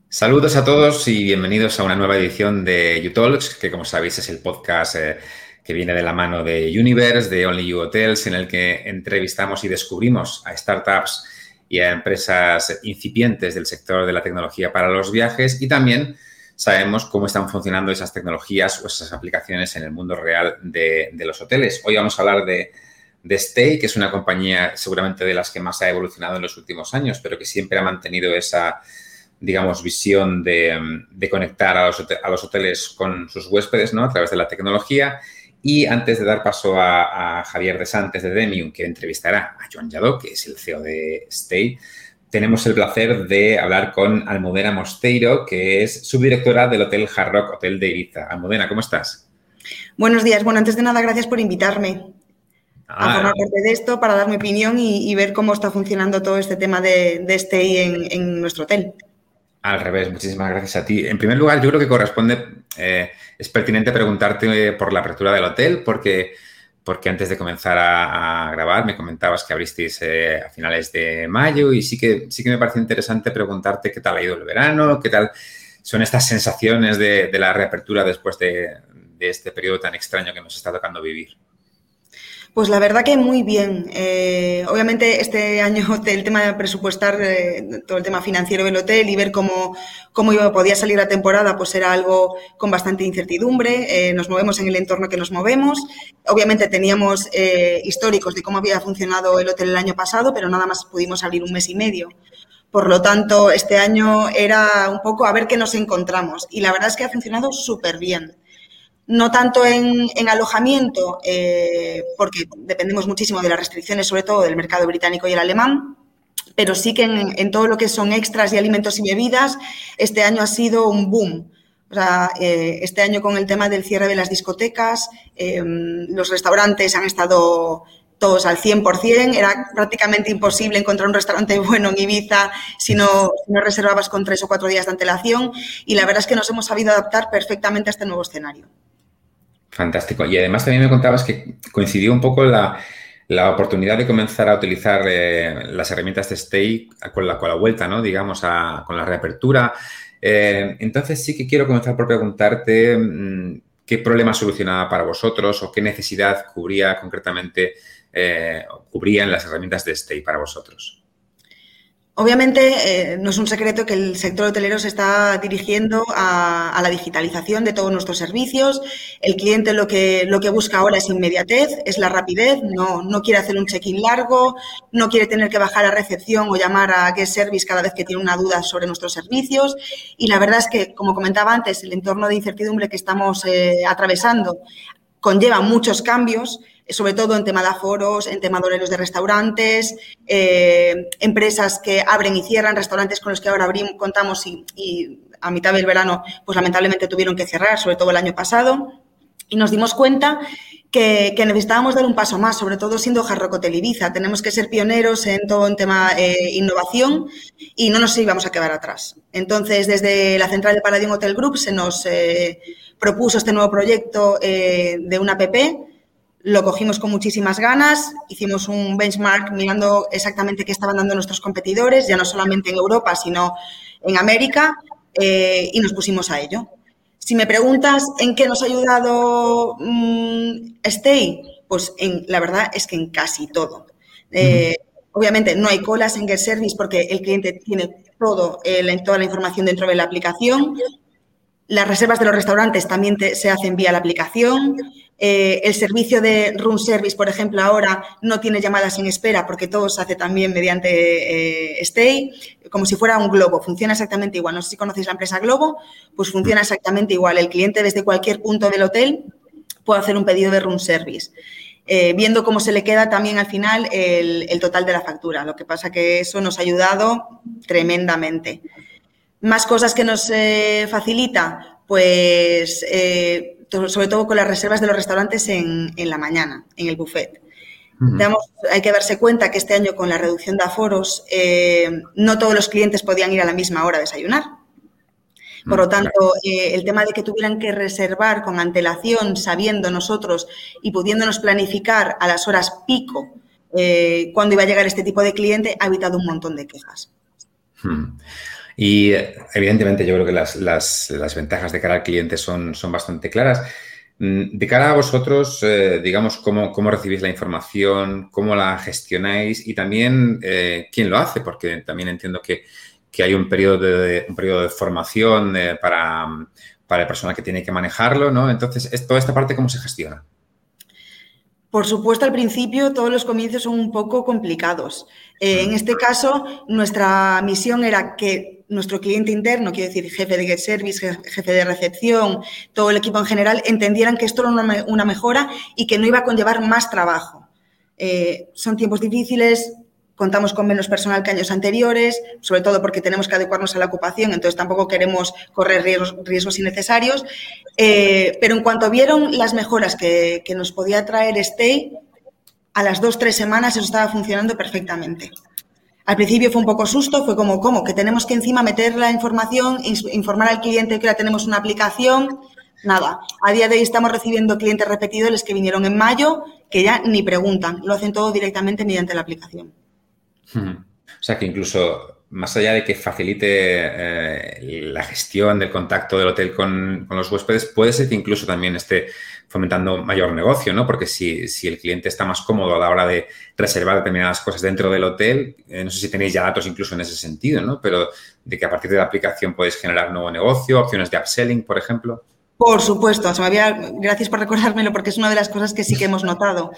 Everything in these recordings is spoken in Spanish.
Saludos a todos y bienvenidos a una nueva edición de YouTalks, que como sabéis es el podcast que viene de la mano de Universe, de Only You Hotels, en el que entrevistamos y descubrimos a startups y a empresas incipientes del sector de la tecnología para los viajes y también sabemos cómo están funcionando esas tecnologías o esas aplicaciones en el mundo real de los hoteles. Hoy vamos a hablar de Stay, que es una compañía seguramente de las que más ha evolucionado en los últimos años, pero que siempre ha mantenido esa, digamos, visión de conectar a los hoteles con sus huéspedes, ¿no? A través de la tecnología. Y antes de dar paso a Javier de Santes de Demium, que entrevistará a Joan Lladó, que es el CEO de Stay, tenemos el placer de hablar con Almudena Mosteiro, que es subdirectora del Hotel Hard Rock Hotel de Ibiza. Almudena, ¿cómo estás? Buenos días. Bueno, antes de nada, gracias por invitarme a formar parte de esto para dar mi opinión y ver cómo está funcionando todo este tema de Stay en nuestro hotel. Al revés, muchísimas gracias a ti. En primer lugar, yo creo que corresponde, es pertinente preguntarte por la apertura del hotel, porque antes de comenzar a grabar me comentabas que abristeis a finales de mayo y sí que me parece interesante preguntarte qué tal ha ido el verano, qué tal son estas sensaciones de la reapertura después de este periodo tan extraño que nos está tocando vivir. Pues la verdad que muy bien. Obviamente este año el tema de presupuestar, todo el tema financiero del hotel y ver cómo podía salir la temporada, pues era algo con bastante incertidumbre. Nos movemos en el entorno que nos movemos. Obviamente teníamos históricos de cómo había funcionado el hotel el año pasado, pero nada más pudimos abrir un mes y medio. Por lo tanto, este año era un poco a ver qué nos encontramos. Y la verdad es que ha funcionado súper bien. No tanto en alojamiento, porque dependemos muchísimo de las restricciones, sobre todo del mercado británico y el alemán, pero sí que en todo lo que son extras y alimentos y bebidas, este año ha sido un boom. O sea, este año con el tema del cierre de las discotecas, los restaurantes han estado todos al 100%, era prácticamente imposible encontrar un restaurante bueno en Ibiza si no reservabas con 3 o 4 días de antelación y la verdad es que nos hemos sabido adaptar perfectamente a este nuevo escenario. Fantástico. Y además también me contabas que coincidió un poco la oportunidad de comenzar a utilizar las herramientas de Stay con la vuelta, ¿no? Digamos, con la reapertura. Entonces sí que quiero comenzar por preguntarte qué problema solucionaba para vosotros o qué necesidad cubrían las herramientas de Stay para vosotros. Obviamente, no es un secreto que el sector hotelero se está dirigiendo a la digitalización de todos nuestros servicios. El cliente lo que busca ahora es inmediatez, es la rapidez, no quiere hacer un check-in largo, no quiere tener que bajar a recepción o llamar a Guest Service cada vez que tiene una duda sobre nuestros servicios. Y la verdad es que, como comentaba antes, el entorno de incertidumbre que estamos atravesando conlleva muchos cambios, sobre todo en tema de aforos, en tema de horarios de restaurantes, empresas que abren y cierran, restaurantes con los que ahora contamos y a mitad del verano, pues lamentablemente tuvieron que cerrar, sobre todo el año pasado, y nos dimos cuenta que necesitábamos dar un paso más, sobre todo siendo Hard Rock Hotel Ibiza. Tenemos que ser pioneros en todo el tema innovación y no nos íbamos a quedar atrás. Entonces, desde la central de Palladium Hotel Group se nos propuso este nuevo proyecto de una app. Lo cogimos con muchísimas ganas, hicimos un benchmark mirando exactamente qué estaban dando nuestros competidores, ya no solamente en Europa, sino en América, y nos pusimos a ello. Si me preguntas en qué nos ha ayudado Stay, pues la verdad es que en casi todo. Obviamente no hay colas en Guest Service porque el cliente tiene toda la información dentro de la aplicación. Las reservas de los restaurantes también se hacen vía la aplicación. El servicio de room service, por ejemplo, ahora no tiene llamadas en espera porque todo se hace también mediante Stay, como si fuera un Globo. Funciona exactamente igual. No sé si conocéis la empresa Globo, pues funciona exactamente igual. El cliente desde cualquier punto del hotel puede hacer un pedido de room service. Viendo cómo se le queda también al final el total de la factura. Lo que pasa que eso nos ha ayudado tremendamente. Más cosas que nos facilita, pues sobre todo con las reservas de los restaurantes en la mañana, en el buffet. Hay que darse cuenta que este año con la reducción de aforos no todos los clientes podían ir a la misma hora a desayunar. Por lo tanto, el tema de que tuvieran que reservar con antelación, sabiendo nosotros y pudiéndonos planificar a las horas pico cuándo iba a llegar este tipo de cliente, ha evitado un montón de quejas. Y evidentemente yo creo que las ventajas de cara al cliente son bastante claras. De cara a vosotros, digamos, ¿cómo recibís la información? ¿Cómo la gestionáis? Y también, ¿quién lo hace? Porque también entiendo que hay un periodo de formación para el personal que tiene que manejarlo, ¿no? Entonces, toda esta parte, ¿cómo se gestiona? Por supuesto, al principio todos los comienzos son un poco complicados. En este caso, nuestra misión era que nuestro cliente interno, quiero decir, jefe de Get Service, jefe de recepción, todo el equipo en general, entendieran que esto era una mejora y que no iba a conllevar más trabajo. Son tiempos difíciles, contamos con menos personal que años anteriores, sobre todo porque tenemos que adecuarnos a la ocupación, entonces tampoco queremos correr riesgos innecesarios. Pero en cuanto vieron las mejoras que nos podía traer Stay, a las 2-3 semanas eso estaba funcionando perfectamente. Al principio fue un poco susto, fue como, ¿cómo? Que tenemos que encima meter la información, informar al cliente que ahora tenemos una aplicación. Nada, a día de hoy estamos recibiendo clientes repetidores que vinieron en mayo, que ya ni preguntan, lo hacen todo directamente mediante la aplicación. O sea que incluso más allá de que facilite la gestión del contacto del hotel con los huéspedes, puede ser que incluso también esté fomentando mayor negocio, ¿no? Porque si el cliente está más cómodo a la hora de reservar determinadas cosas dentro del hotel, no sé si tenéis ya datos incluso en ese sentido, ¿no? Pero de que a partir de la aplicación podéis generar nuevo negocio, opciones de upselling, por ejemplo. Por supuesto, gracias por recordármelo porque es una de las cosas que sí que hemos notado.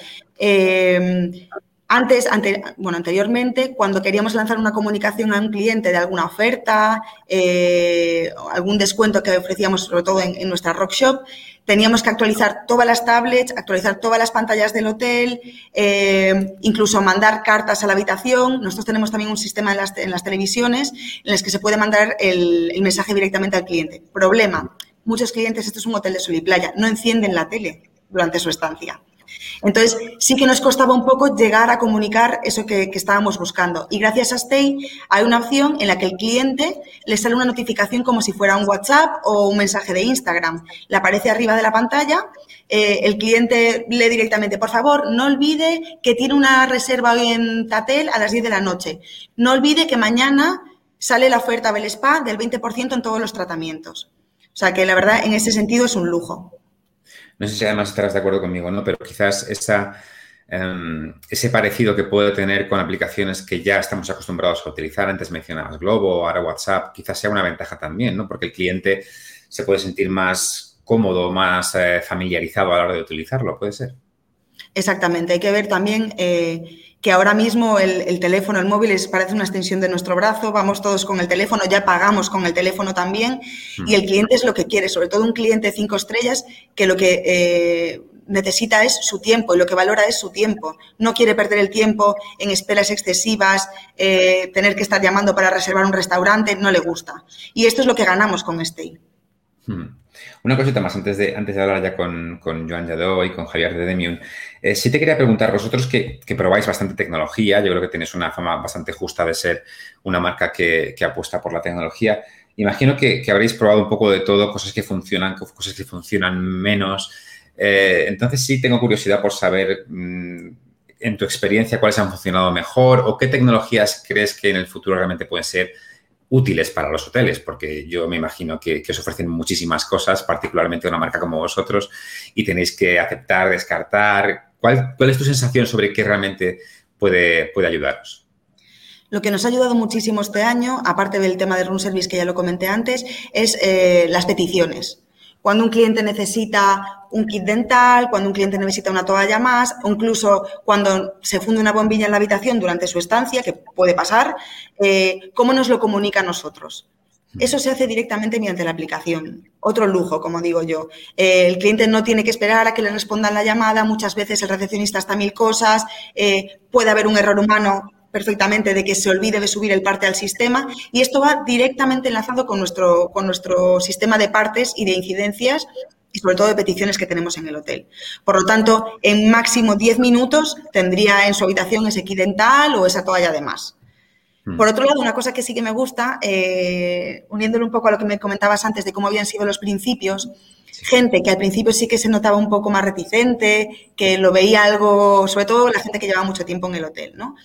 Anteriormente, cuando queríamos lanzar una comunicación a un cliente de alguna oferta, algún descuento que ofrecíamos sobre todo en nuestra Rock Shop, teníamos que actualizar todas las tablets, actualizar todas las pantallas del hotel, incluso mandar cartas a la habitación. Nosotros tenemos también un sistema en las televisiones en las que se puede mandar el mensaje directamente al cliente. Problema, muchos clientes, esto es un hotel de sol y playa, no encienden la tele durante su estancia. Entonces, sí que nos costaba un poco llegar a comunicar eso que estábamos buscando. Y gracias a Stay hay una opción en la que el cliente le sale una notificación como si fuera un WhatsApp o un mensaje de Instagram. Le aparece arriba de la pantalla, el cliente lee directamente, por favor, no olvide que tiene una reserva hoy en Tatel a las 10 de la noche. No olvide que mañana sale la oferta del spa del 20% en todos los tratamientos. O sea que la verdad, en ese sentido es un lujo. No sé si además estarás de acuerdo conmigo, ¿no? Pero quizás ese parecido que puede tener con aplicaciones que ya estamos acostumbrados a utilizar, antes mencionabas Globo, ahora WhatsApp, quizás sea una ventaja también, ¿no? Porque el cliente se puede sentir más cómodo, más familiarizado a la hora de utilizarlo, ¿puede ser? Exactamente. Hay que ver también que ahora mismo el teléfono, el móvil, parece una extensión de nuestro brazo, vamos todos con el teléfono, ya pagamos con el teléfono también y el cliente es lo que quiere, sobre todo un cliente 5 estrellas que lo que necesita es su tiempo y lo que valora es su tiempo. No quiere perder el tiempo en esperas excesivas, tener que estar llamando para reservar un restaurante, no le gusta. Y esto es lo que ganamos con Stay. Una cosita más, antes de hablar ya con Joan Lladó y con Javier de Demium, sí te quería preguntar, vosotros que probáis bastante tecnología, yo creo que tenéis una fama bastante justa de ser una marca que apuesta por la tecnología. Imagino que habréis probado un poco de todo, cosas que funcionan, cosas que funcionan menos. Entonces sí tengo curiosidad por saber, en tu experiencia, cuáles han funcionado mejor o qué tecnologías crees que en el futuro realmente pueden ser útiles para los hoteles, porque yo me imagino que os ofrecen muchísimas cosas, particularmente una marca como vosotros, y tenéis que aceptar, descartar. ¿Cuál es tu sensación sobre qué realmente puede ayudaros? Lo que nos ha ayudado muchísimo este año, aparte del tema de room service que ya lo comenté antes, es las peticiones. Cuando un cliente necesita un kit dental, cuando un cliente necesita una toalla más, o incluso cuando se funde una bombilla en la habitación durante su estancia, que puede pasar, ¿cómo nos lo comunica a nosotros? Eso se hace directamente mediante la aplicación. Otro lujo, como digo yo. El cliente no tiene que esperar a que le respondan la llamada. Muchas veces el recepcionista está a 1000 cosas. Puede haber un error humano perfectamente de que se olvide de subir el parte al sistema y esto va directamente enlazado con nuestro sistema de partes y de incidencias y sobre todo de peticiones que tenemos en el hotel. Por lo tanto, en máximo 10 minutos tendría en su habitación ese kit dental o esa toalla de más. Por otro lado, una cosa que sí que me gusta, uniéndolo un poco a lo que me comentabas antes de cómo habían sido los principios, gente que al principio sí que se notaba un poco más reticente, que lo veía algo, sobre todo la gente que llevaba mucho tiempo en el hotel, ¿no?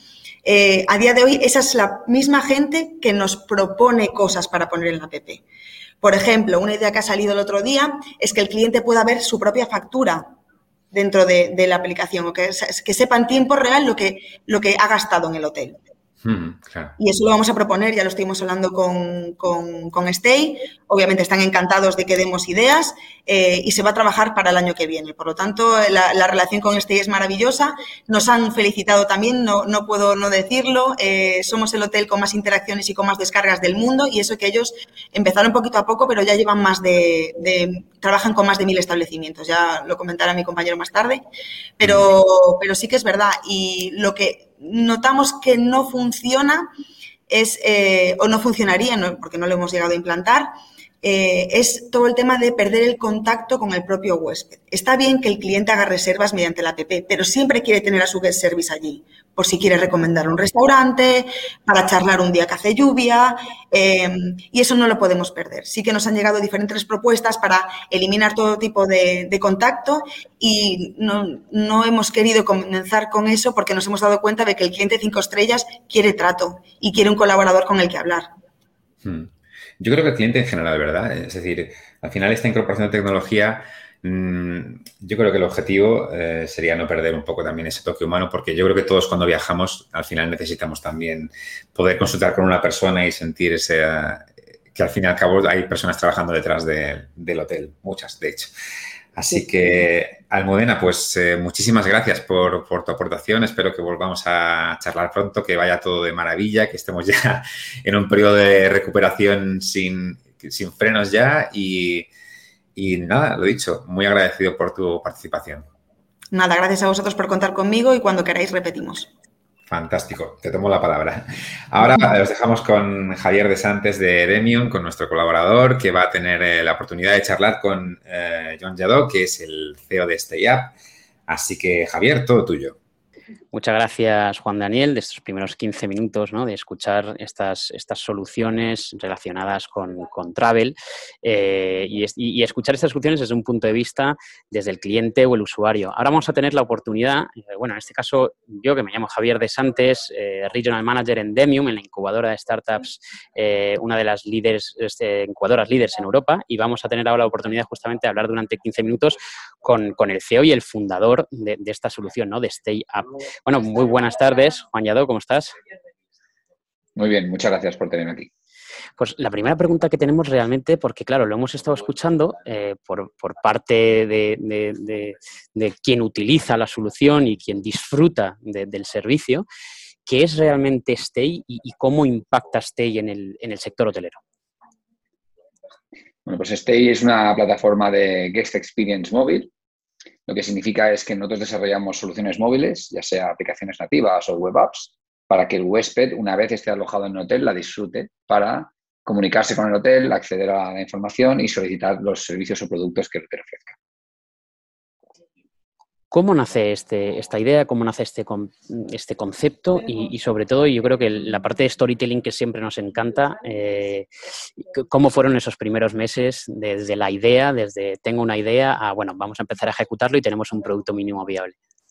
A día de hoy, esa es la misma gente que nos propone cosas para poner en la app. Por ejemplo, una idea que ha salido el otro día es que el cliente pueda ver su propia factura dentro de la aplicación, o que sepa en tiempo real lo que ha gastado en el hotel. Claro. Y eso lo vamos a proponer, ya lo estuvimos hablando con Stay. Obviamente están encantados de que demos ideas y se va a trabajar para el año que viene. Por lo tanto, la relación con Stay es maravillosa. Nos han felicitado también, no puedo no decirlo. Somos el hotel con más interacciones y con más descargas del mundo, y eso que ellos empezaron poquito a poco, pero ya llevan trabajan con más de 1.000 establecimientos. Ya lo comentará mi compañero más tarde. Pero sí que es verdad. Y lo que notamos que no funciona o no funcionaría, porque no lo hemos llegado a implantar, es todo el tema de perder el contacto con el propio huésped. Está bien que el cliente haga reservas mediante la app, pero siempre quiere tener a su guest service allí, por si quiere recomendar un restaurante, para charlar un día que hace lluvia, y eso no lo podemos perder. Sí que nos han llegado diferentes propuestas para eliminar todo tipo de contacto, y no hemos querido comenzar con eso porque nos hemos dado cuenta de que el cliente 5 estrellas quiere trato y quiere un colaborador con el que hablar. Yo creo que el cliente en general, ¿verdad? Es decir, al final esta incorporación de tecnología, yo creo que el objetivo sería no perder un poco también ese toque humano, porque yo creo que todos cuando viajamos al final necesitamos también poder consultar con una persona y sentir que al fin y al cabo hay personas trabajando detrás del hotel, muchas de hecho. Así que, Almudena, pues muchísimas gracias por tu aportación. Espero que volvamos a charlar pronto, que vaya todo de maravilla, que estemos ya en un periodo de recuperación sin frenos ya. Y nada, lo dicho, muy agradecido por tu participación. Nada, gracias a vosotros por contar conmigo, y cuando queráis repetimos. Fantástico, te tomo la palabra. Ahora os dejamos con Javier de Santes de Demium, con nuestro colaborador, que va a tener la oportunidad de charlar con Joan Lladó, que es el CEO de Stay Up. Así que, Javier, todo tuyo. Muchas gracias, Juan Daniel, de estos primeros 15 minutos, ¿no?, de escuchar estas soluciones relacionadas con Travel y escuchar estas soluciones desde un punto de vista desde el cliente o el usuario. Ahora vamos a tener la oportunidad, bueno, en este caso yo, que me llamo Javier de Santes, Regional Manager en Demium, en la incubadora de startups, una de las incubadoras líderes en Europa, y vamos a tener ahora la oportunidad justamente de hablar durante 15 minutos con el CEO y el fundador de esta solución, ¿no?, de Stay Up. Bueno, muy buenas tardes, Juan Lladó, ¿cómo estás? Muy bien, muchas gracias por tenerme aquí. Pues la primera pregunta que tenemos realmente, porque claro, lo hemos estado escuchando por parte de quien utiliza la solución y quien disfruta del servicio, ¿qué es realmente Stay y cómo impacta Stay en el sector hotelero? Bueno, pues Stay es una plataforma de Guest Experience móvil. Lo que significa es que nosotros desarrollamos soluciones móviles, ya sea aplicaciones nativas o web apps, para que el huésped, una vez esté alojado en el hotel, la disfrute para comunicarse con el hotel, acceder a la información y solicitar los servicios o productos que el hotel ofrezca. ¿Cómo nace esta idea? ¿Cómo nace este concepto? Y sobre todo, yo creo que la parte de storytelling que siempre nos encanta, ¿cómo fueron esos primeros meses desde la idea, desde tengo una idea, a bueno, vamos a empezar a ejecutarlo y tenemos un producto mínimo viable?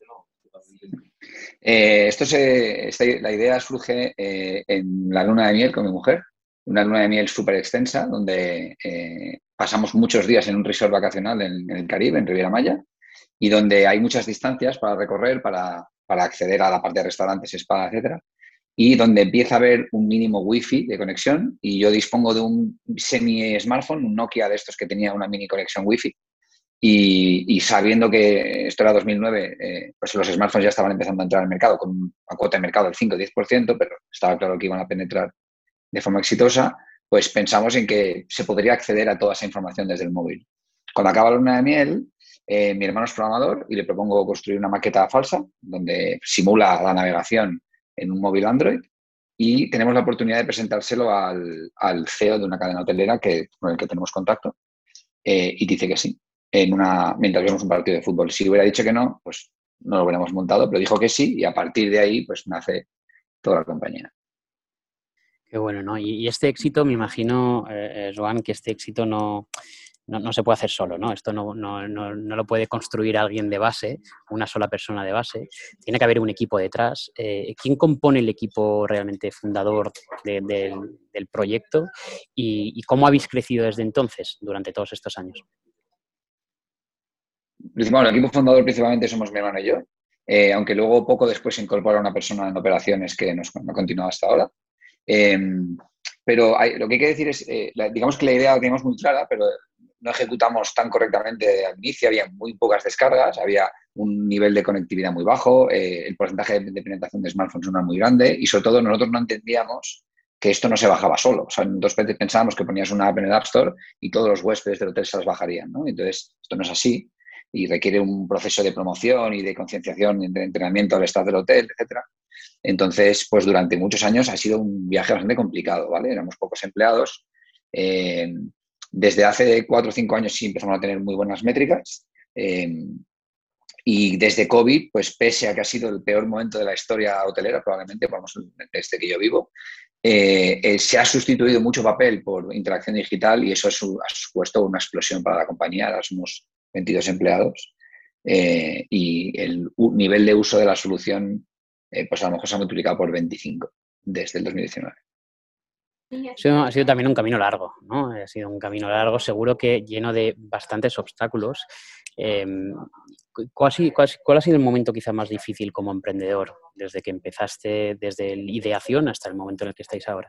La idea surge en la luna de miel con mi mujer, una luna de miel súper extensa, donde pasamos muchos días en un resort vacacional en el Caribe, en Riviera Maya, y donde hay muchas distancias para recorrer, para acceder a la parte de restaurantes, spa, etcétera, y donde empieza a haber un mínimo wifi de conexión, y yo dispongo de un semi-smartphone, un Nokia de estos que tenía una mini conexión wifi, y sabiendo que esto era 2009, pues los smartphones ya estaban empezando a entrar al mercado con una cuota de mercado del 5-10%, pero estaba claro que iban a penetrar de forma exitosa, pues pensamos en que se podría acceder a toda esa información desde el móvil. Cuando acaba la luna de miel, mi hermano es programador y le propongo construir una maqueta falsa donde simula la navegación en un móvil Android, y tenemos la oportunidad de presentárselo al CEO de una cadena hotelera con el que tenemos contacto, y dice que sí, mientras vemos un partido de fútbol. Si hubiera dicho que no, pues no lo hubiéramos montado, pero dijo que sí, y a partir de ahí pues nace toda la compañía. Qué bueno, ¿no? Y este éxito, me imagino, Joan, que este éxito no no se puede hacer solo, ¿no? Esto no lo puede construir alguien de base, una sola persona de base. Tiene que haber un equipo detrás. ¿Quién compone el equipo realmente fundador del proyecto? ¿Y cómo habéis crecido desde entonces, durante todos estos años? Bueno, el equipo fundador principalmente somos mi hermano y yo, aunque luego poco después se incorpora una persona en operaciones que no ha continuado hasta ahora. Pero lo que hay que decir es, digamos que la idea la teníamos muy clara, pero no ejecutamos tan correctamente al inicio, había muy pocas descargas, había un nivel de conectividad muy bajo, el porcentaje de penetración de smartphones no era muy grande y sobre todo nosotros no entendíamos que esto no se bajaba solo. O sea, nosotros pensábamos que ponías una app en el App Store y todos los huéspedes del hotel se las bajarían, ¿no? Entonces, esto no es así y requiere un proceso de promoción y de concienciación, de entrenamiento al staff del hotel, etcétera. Entonces, pues durante muchos años ha sido un viaje bastante complicado, ¿vale? Éramos pocos empleados. Desde hace 4 o 5 años sí empezamos a tener muy buenas métricas. Y desde COVID, pues pese a que ha sido el peor momento de la historia hotelera, probablemente, desde que yo vivo, se ha sustituido mucho papel por interacción digital y eso ha supuesto una explosión para la compañía. Ahora somos 22 empleados y el nivel de uso de la solución pues a lo mejor se ha multiplicado por 25 desde el 2019. Ha sido también un camino largo, ¿no? Ha sido un camino largo, seguro que lleno de bastantes obstáculos. ¿Cuál ha sido el momento quizá más difícil como emprendedor desde que empezaste, desde la ideación hasta el momento en el que estáis ahora?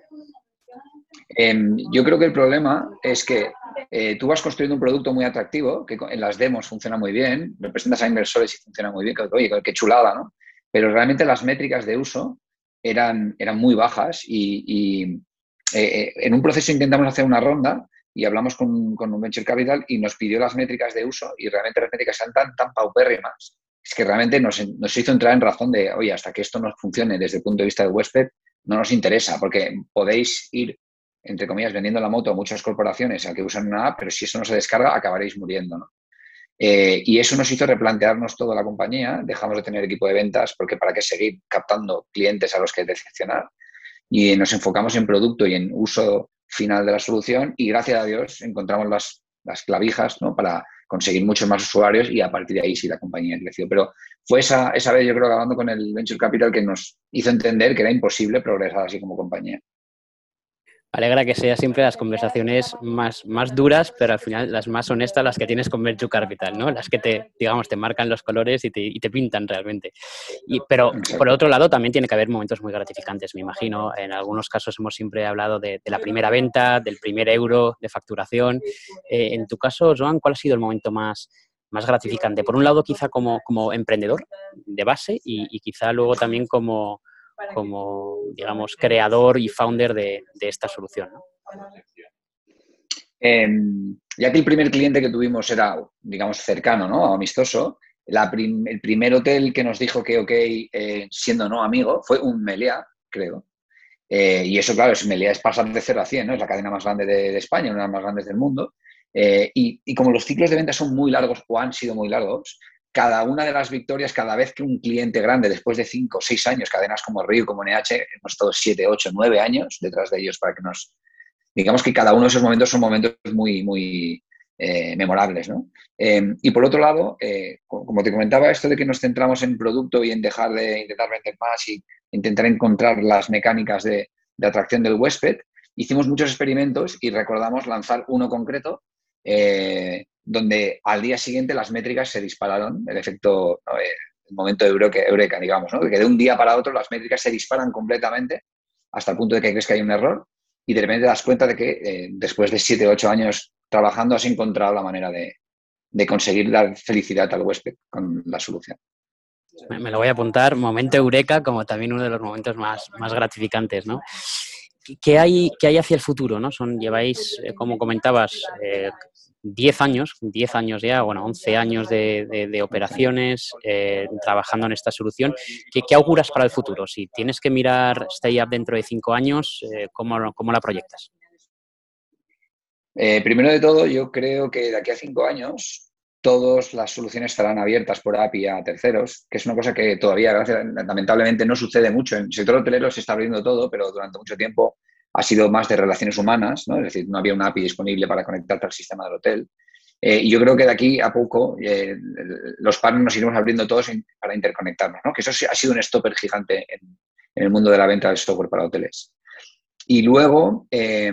Yo creo que el problema es que tú vas construyendo un producto muy atractivo, que en las demos funciona muy bien, representas a inversores y funciona muy bien, que, oye, qué chulada, ¿no? Pero realmente las métricas de uso eran muy bajas y en un proceso intentamos hacer una ronda y hablamos con un Venture Capital y nos pidió las métricas de uso y realmente las métricas eran tan paupérrimas. Es que realmente nos hizo entrar en razón de, oye, hasta que esto no funcione desde el punto de vista del huésped, no nos interesa, porque podéis ir, entre comillas, vendiendo la moto a muchas corporaciones a que usan una app, pero si eso no se descarga, acabaréis muriendo, ¿no? Y eso nos hizo replantearnos toda la compañía, dejamos de tener equipo de ventas porque para qué seguir captando clientes a los que decepcionar y nos enfocamos en producto y en uso final de la solución y gracias a Dios encontramos las clavijas, ¿no? Para conseguir muchos más usuarios y a partir de ahí sí la compañía creció. Pero fue esa vez, yo creo, hablando con el Venture Capital que nos hizo entender que era imposible progresar así como compañía. Alegra que sea siempre las conversaciones más duras, pero al final las más honestas, las que tienes con Venture Capital, ¿no? Las que te marcan los colores y te pintan realmente. Pero Exacto. por otro lado también tiene que haber momentos muy gratificantes, me imagino. En algunos casos hemos siempre hablado de la primera venta, del primer euro de facturación. En tu caso, Joan, ¿cuál ha sido el momento más gratificante? Por un lado, quizá como emprendedor de base y quizá luego también como digamos, creador y founder de esta solución, ¿no? Ya que el primer cliente que tuvimos era, digamos, cercano, ¿no? Amistoso, el primer hotel que nos dijo que ok, siendo no amigo, fue un Meliá, creo. Y eso, claro, Meliá es pasar de 0 a 100, ¿no? Es la cadena más grande de España, una de las más grandes del mundo. Y como los ciclos de venta son muy largos o han sido muy largos, cada una de las victorias, cada vez que un cliente grande, después de 5 o 6 años, cadenas como Río, como NH, hemos estado 7, 8, 9 años detrás de ellos para que nos... Digamos que cada uno de esos momentos son momentos muy memorables, ¿no? Y por otro lado, como te comentaba, esto de que nos centramos en producto y en dejar de intentar vender más y intentar encontrar las mecánicas de atracción del huésped, hicimos muchos experimentos y recordamos lanzar uno concreto donde al día siguiente las métricas se dispararon, el efecto, el momento de eureka, digamos, ¿no? Que de un día para otro las métricas se disparan completamente hasta el punto de que crees que hay un error y de repente te das cuenta de que después de 7 o 8 años trabajando has encontrado la manera de conseguir dar felicidad al huésped con la solución. Me lo voy a apuntar, momento eureka, como también uno de los momentos más gratificantes, ¿no? ¿Qué hay hacia el futuro, ¿no? Lleváis, como comentabas, 10 años ya, bueno, 11 años de operaciones, trabajando en esta solución. ¿Qué auguras para el futuro? Si tienes que mirar StayUp dentro de 5 años, ¿cómo la proyectas? Primero de todo, yo creo que de aquí a 5 años todas las soluciones estarán abiertas por API a terceros, que es una cosa que todavía, lamentablemente, no sucede mucho. En el sector hotelero se está abriendo todo, pero durante mucho tiempo ha sido más de relaciones humanas, ¿no? Es decir, no había una API disponible para conectarte al sistema del hotel. Y yo creo que de aquí a poco los partners nos iremos abriendo todos para interconectarnos, ¿no? Que eso ha sido un stopper gigante en el mundo de la venta del software para hoteles. Y luego,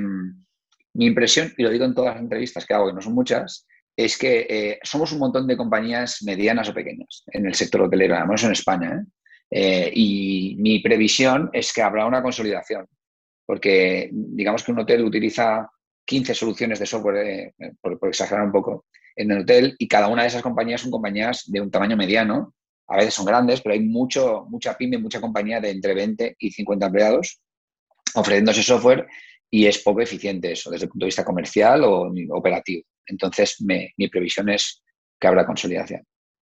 mi impresión, y lo digo en todas las entrevistas que hago, que no son muchas, es que somos un montón de compañías medianas o pequeñas en el sector hotelero, además en España, y mi previsión es que habrá una consolidación, porque digamos que un hotel utiliza 15 soluciones de software, por exagerar un poco, en el hotel, y cada una de esas compañías son compañías de un tamaño mediano, a veces son grandes, pero hay mucha pyme, mucha compañía de entre 20 y 50 empleados ofreciendo ese software, y es poco eficiente eso desde el punto de vista comercial o operativo. Entonces, mi previsión es que habrá consolidación.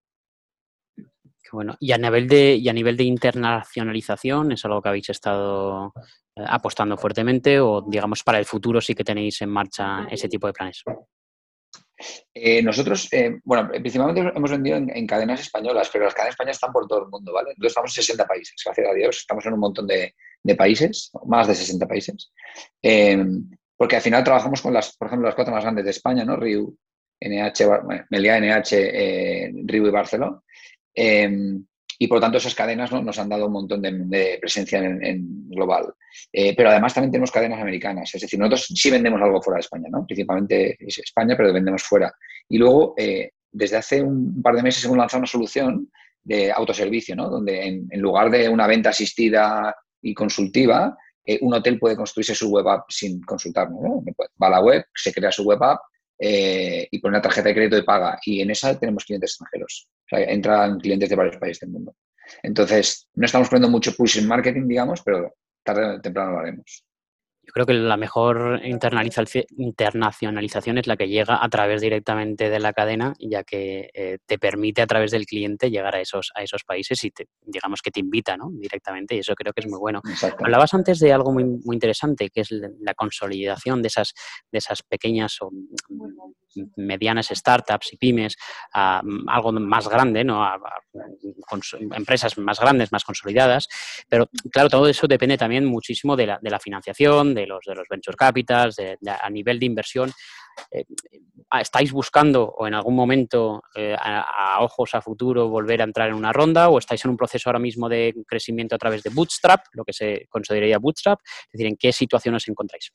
Bueno, y a nivel de internacionalización, ¿es algo que habéis estado apostando fuertemente o, digamos, para el futuro sí que tenéis en marcha ese tipo de planes? Nosotros, principalmente hemos vendido en cadenas españolas, pero las cadenas españolas están por todo el mundo, ¿vale? Entonces estamos en 60 países, gracias a Dios, estamos en un montón de países, más de 60 países, porque al final trabajamos con por ejemplo, las 4 más grandes de España, ¿no? Riu, NH, Meliá, NH, Riu y Barcelona. Y por lo tanto esas cadenas, ¿no? Nos han dado un montón de presencia en global. Pero además también tenemos cadenas americanas. Es decir, nosotros sí vendemos algo fuera de España, ¿no? Principalmente es España, pero vendemos fuera. Y luego, desde hace un par de meses hemos lanzado una solución de autoservicio, ¿no? Donde en lugar de una venta asistida y consultiva, un hotel puede construirse su web app sin consultarnos, ¿no? Va a la web, se crea su web app, y pone una tarjeta de crédito y paga. Y en esa tenemos clientes extranjeros. O sea, entran clientes de varios países del mundo. Entonces, no estamos poniendo mucho push en marketing, digamos, pero tarde o temprano lo haremos. Yo creo que la mejor internacionalización es la que llega a través directamente de la cadena, ya que te permite a través del cliente llegar a esos países y digamos que te invita, ¿no? Directamente, y eso creo que es muy bueno. Exacto. Hablabas antes de algo muy, muy interesante, que es la consolidación de esas pequeñas o medianas startups y pymes a algo más grande, ¿no? A empresas más grandes, más consolidadas, pero claro, todo eso depende también muchísimo de la financiación, de los venture capitals, a nivel de inversión. ¿Estáis buscando o en algún momento a ojos a futuro volver a entrar en una ronda, o estáis en un proceso ahora mismo de crecimiento a través de bootstrap, lo que se consideraría bootstrap? Es decir, ¿en qué situación os encontráis?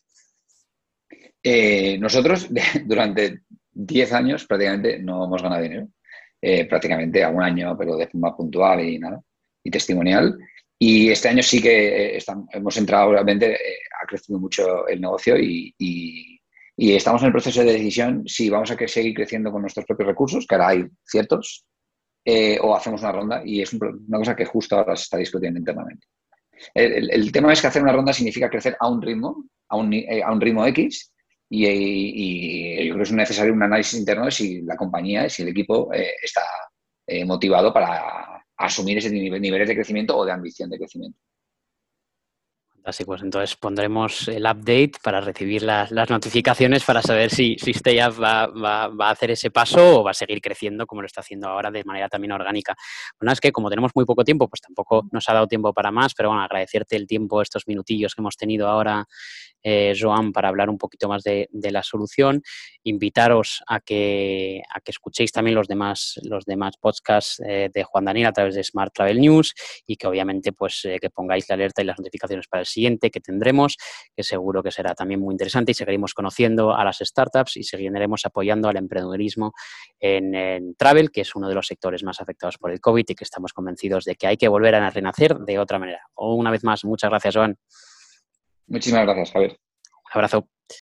Nosotros durante 10 años prácticamente no hemos ganado dinero, prácticamente a un año, pero de forma puntual y testimonial. Y este año sí que hemos entrado, obviamente, ha crecido mucho el negocio y estamos en el proceso de decisión si vamos a seguir creciendo con nuestros propios recursos, que ahora hay ciertos, o hacemos una ronda, y es una cosa que justo ahora se está discutiendo internamente. El tema es que hacer una ronda significa crecer a un ritmo X, y yo creo que es necesario un análisis interno de si la compañía, si el equipo está motivado para asumir ese niveles de crecimiento o de ambición de crecimiento. Fantástico, pues entonces pondremos el update para recibir las notificaciones para saber si StayUp va a hacer ese paso o va a seguir creciendo como lo está haciendo ahora de manera también orgánica. Bueno, es que como tenemos muy poco tiempo, pues tampoco nos ha dado tiempo para más, pero bueno, agradecerte el tiempo, estos minutillos que hemos tenido ahora, Joan, para hablar un poquito más de la solución. Invitaros a que escuchéis también los demás podcasts de Juan Daniel a través de Smart Travel News, y que obviamente pues que pongáis la alerta y las notificaciones para el siguiente que tendremos, que seguro que será también muy interesante, y seguiremos conociendo a las startups y seguiremos apoyando al emprendedurismo en travel, que es uno de los sectores más afectados por el COVID y que estamos convencidos de que hay que volver a renacer de otra manera. Una vez más, muchas gracias, Joan. Muchísimas gracias, Javier. Un abrazo.